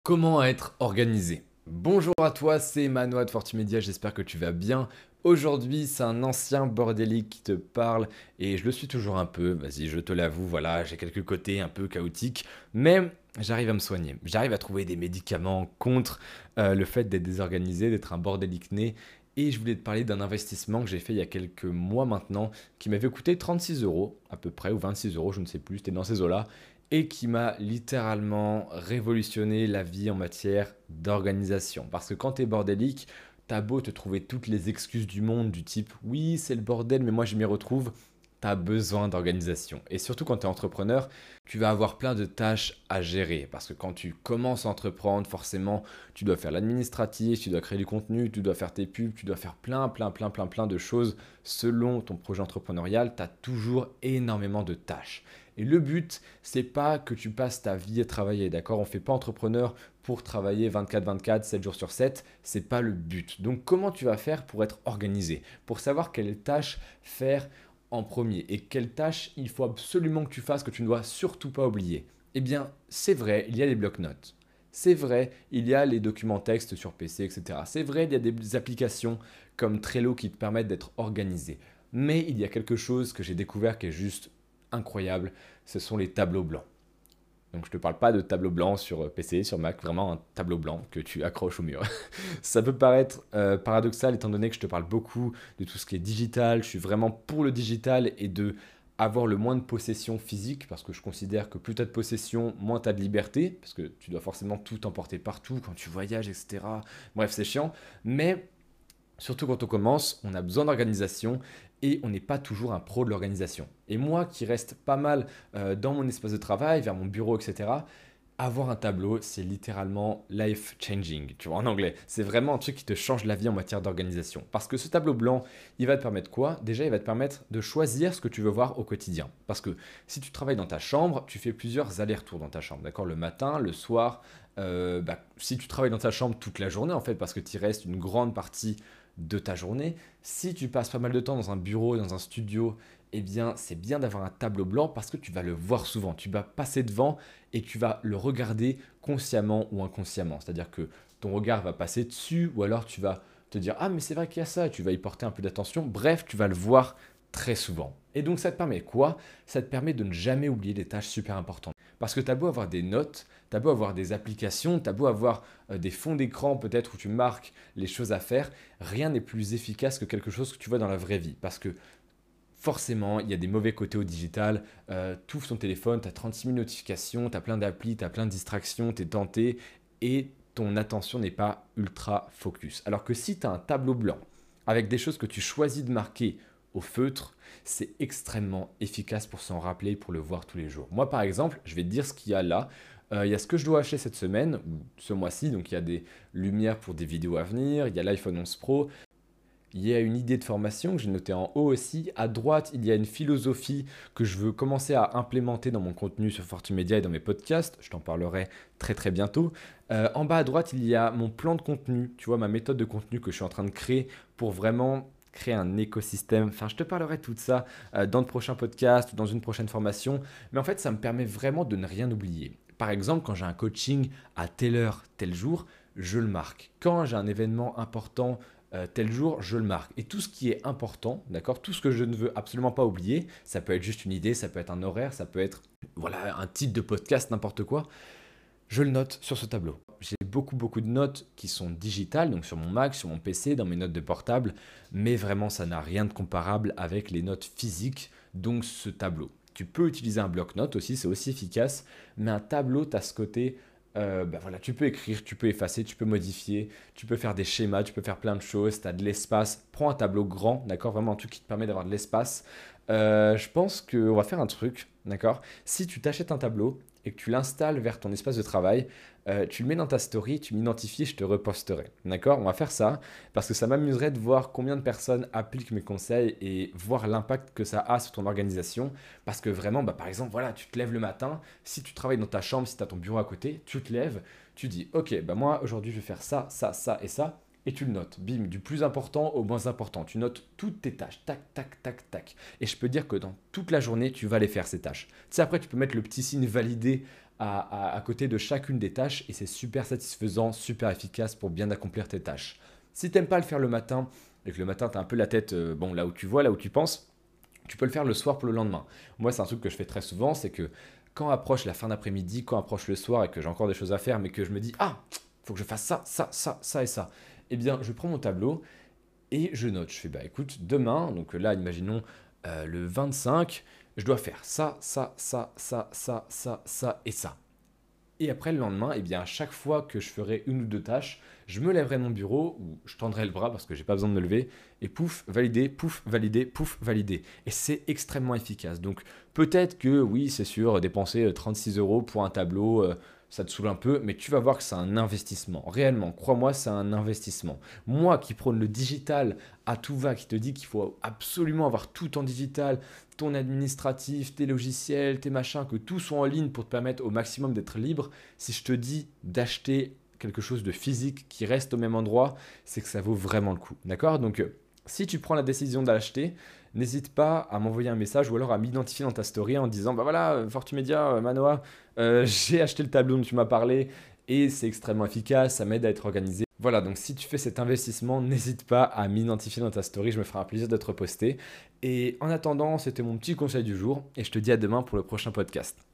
Comment être organisé? Bonjour à toi, c'est Manoa de Fortimedia, j'espère que tu vas bien. Aujourd'hui, c'est un ancien bordélique qui te parle et je le suis toujours un peu, vas-y, je te l'avoue, voilà, j'ai quelques côtés un peu chaotiques, mais j'arrive à me soigner. J'arrive à trouver des médicaments contre le fait d'être désorganisé, d'être un bordélique né. Et je voulais te parler d'un investissement que j'ai fait il y a quelques mois maintenant, qui m'avait coûté 36 euros à peu près, ou 26 euros, je ne sais plus, c'était dans ces eaux-là et qui m'a littéralement révolutionné la vie en matière d'organisation. Parce que quand t'es bordélique, t'as beau te trouver toutes les excuses du monde du type oui, c'est le bordel, mais moi je m'y retrouve. T'as besoin d'organisation. Et surtout quand tu es entrepreneur, tu vas avoir plein de tâches à gérer. Parce que quand tu commences à entreprendre, forcément, tu dois faire l'administratif, tu dois créer du contenu, tu dois faire tes pubs, tu dois faire plein de choses selon ton projet entrepreneurial. Tu as toujours énormément de tâches. Et le but, c'est pas que tu passes ta vie à travailler, d'accord? On fait pas entrepreneur pour travailler 24/24, 7 jours sur 7, c'est pas le but. Donc comment tu vas faire pour être organisé, pour savoir quelles tâches faire en premier et quelles tâches il faut absolument que tu fasses que tu ne dois surtout pas oublier? Eh bien, c'est vrai, il y a les blocs-notes. C'est vrai, il y a les documents textes sur PC, etc. C'est vrai, il y a des applications comme Trello qui te permettent d'être organisé. Mais il y a quelque chose que j'ai découvert qui est juste incroyable, ce sont les tableaux blancs. Donc je ne te parle pas de tableau blanc sur PC, sur Mac, vraiment un tableau blanc que tu accroches au mur. Ça peut paraître paradoxal étant donné que je te parle beaucoup de tout ce qui est digital, je suis vraiment pour le digital et de avoir le moins de possession physique parce que je considère que plus tu as de possession, moins tu as de liberté parce que tu dois forcément tout emporter partout quand tu voyages, etc. Bref, c'est chiant, mais surtout quand on commence, on a besoin d'organisation et on n'est pas toujours un pro de l'organisation. Et moi qui reste pas mal dans mon espace de travail, vers mon bureau, etc., avoir un tableau, c'est littéralement life changing, tu vois, en anglais. C'est vraiment un truc qui te change la vie en matière d'organisation. Parce que ce tableau blanc, il va te permettre quoi? Déjà, il va te permettre de choisir ce que tu veux voir au quotidien. Parce que si tu travailles dans ta chambre, tu fais plusieurs allers-retours dans ta chambre, d'accord? Le matin, le soir. Si tu travailles dans ta chambre toute la journée, en fait, parce que tu y restes une grande partie de ta journée. Si tu passes pas mal de temps dans un bureau, dans un studio, eh bien, c'est bien d'avoir un tableau blanc parce que tu vas le voir souvent. Tu vas passer devant et tu vas le regarder consciemment ou inconsciemment. C'est-à-dire que ton regard va passer dessus ou alors tu vas te dire ah mais c'est vrai qu'il y a ça et tu vas y porter un peu d'attention. Bref, tu vas le voir très souvent. Et donc ça te permet quoi? Ça te permet de ne jamais oublier des tâches super importantes. Parce que tu as beau avoir des notes, tu as beau avoir des applications, tu as beau avoir des fonds d'écran peut-être où tu marques les choses à faire, rien n'est plus efficace que quelque chose que tu vois dans la vraie vie. Parce que forcément, il y a des mauvais côtés au digital. Tu ouvres ton téléphone, tu as 36 000 notifications, tu as plein d'applis, tu as plein de distractions, tu es tenté et ton attention n'est pas ultra focus. Alors que si tu as un tableau blanc avec des choses que tu choisis de marquer au feutre, c'est extrêmement efficace pour s'en rappeler, pour le voir tous les jours. Moi, par exemple, je vais te dire ce qu'il y a là. Il y a ce que je dois acheter cette semaine, ou ce mois-ci, donc il y a des lumières pour des vidéos à venir, il y a l'iPhone 11 Pro, il y a une idée de formation que j'ai notée en haut aussi. À droite, il y a une philosophie que je veux commencer à implémenter dans mon contenu sur Fortimedia et dans mes podcasts. Je t'en parlerai très très bientôt. En bas à droite, il y a mon plan de contenu, tu vois, ma méthode de contenu que je suis en train de créer pour vraiment créer un écosystème. Enfin, je te parlerai de tout ça dans le prochain podcast ou dans une prochaine formation. Mais en fait, ça me permet vraiment de ne rien oublier. Par exemple, quand j'ai un coaching à telle heure, tel jour, je le marque. Quand j'ai un événement important tel jour, je le marque. Et tout ce qui est important, d'accord, tout ce que je ne veux absolument pas oublier, ça peut être juste une idée, ça peut être un horaire, ça peut être voilà un titre de podcast, n'importe quoi, je le note sur ce tableau. J'ai beaucoup de notes qui sont digitales, donc sur mon Mac, sur mon PC, dans mes notes de portable, mais vraiment ça n'a rien de comparable avec les notes physiques, donc ce tableau. Tu peux utiliser un bloc-notes aussi, c'est aussi efficace, mais un tableau, tu as ce côté voilà, tu peux écrire, tu peux effacer, tu peux modifier, tu peux faire des schémas, tu peux faire plein de choses, tu as de l'espace. Prends un tableau grand, d'accord? Vraiment un truc qui te permet d'avoir de l'espace. Je pense qu'on va faire un truc, d'accord? Si tu t'achètes un tableau et que tu l'installes vers ton espace de travail, tu le mets dans ta story, tu m'identifies, je te reposterai. D'accord? On va faire ça parce que ça m'amuserait de voir combien de personnes appliquent mes conseils et voir l'impact que ça a sur ton organisation. Parce que vraiment, par exemple, voilà, tu te lèves le matin, si tu travailles dans ta chambre, si tu as ton bureau à côté, tu te lèves, tu dis, ok, moi aujourd'hui je vais faire ça, ça, ça et ça. Et tu le notes, bim, du plus important au moins important. Tu notes toutes tes tâches, tac, tac, tac, tac. Et je peux dire que dans toute la journée, tu vas les faire ces tâches. Tu sais, après, tu peux mettre le petit signe validé à côté de chacune des tâches et c'est super satisfaisant, super efficace pour bien accomplir tes tâches. Si t'aimes pas le faire le matin et que le matin tu as un peu la tête bon, là où tu vois, là où tu penses, tu peux le faire le soir pour le lendemain. Moi, c'est un truc que je fais très souvent, c'est que quand approche la fin d'après-midi, quand approche le soir et que j'ai encore des choses à faire, mais que je me dis, ah, faut que je fasse ça, ça, ça, ça et ça, eh bien, je prends mon tableau et je note. Je fais, bah écoute, demain, donc là, imaginons le 25, je dois faire ça, ça, ça, ça, ça, ça, ça et ça. Et après le lendemain, eh bien, à chaque fois que je ferai une ou deux tâches, je me lèverai de mon bureau ou je tendrai le bras parce que j'ai pas besoin de me lever et pouf, validé, pouf, validé, pouf, validé. Et c'est extrêmement efficace. Donc peut-être que oui, c'est sûr, dépenser 36 euros pour un tableau, ça te saoule un peu, mais tu vas voir que c'est un investissement. Réellement, crois-moi, c'est un investissement. Moi qui prône le digital à tout va, qui te dit qu'il faut absolument avoir tout en digital, ton administratif, tes logiciels, tes machins, que tout soit en ligne pour te permettre au maximum d'être libre, si je te dis d'acheter quelque chose de physique qui reste au même endroit, c'est que ça vaut vraiment le coup. D'accord? Donc, si tu prends la décision d'acheter, n'hésite pas à m'envoyer un message ou alors à m'identifier dans ta story en disant bah voilà, Fortumedia, Manoa, j'ai acheté le tableau dont tu m'as parlé et c'est extrêmement efficace, ça m'aide à être organisé. Voilà, donc si tu fais cet investissement, n'hésite pas à m'identifier dans ta story, je me ferai un plaisir de te reposter. Et en attendant, c'était mon petit conseil du jour et je te dis à demain pour le prochain podcast.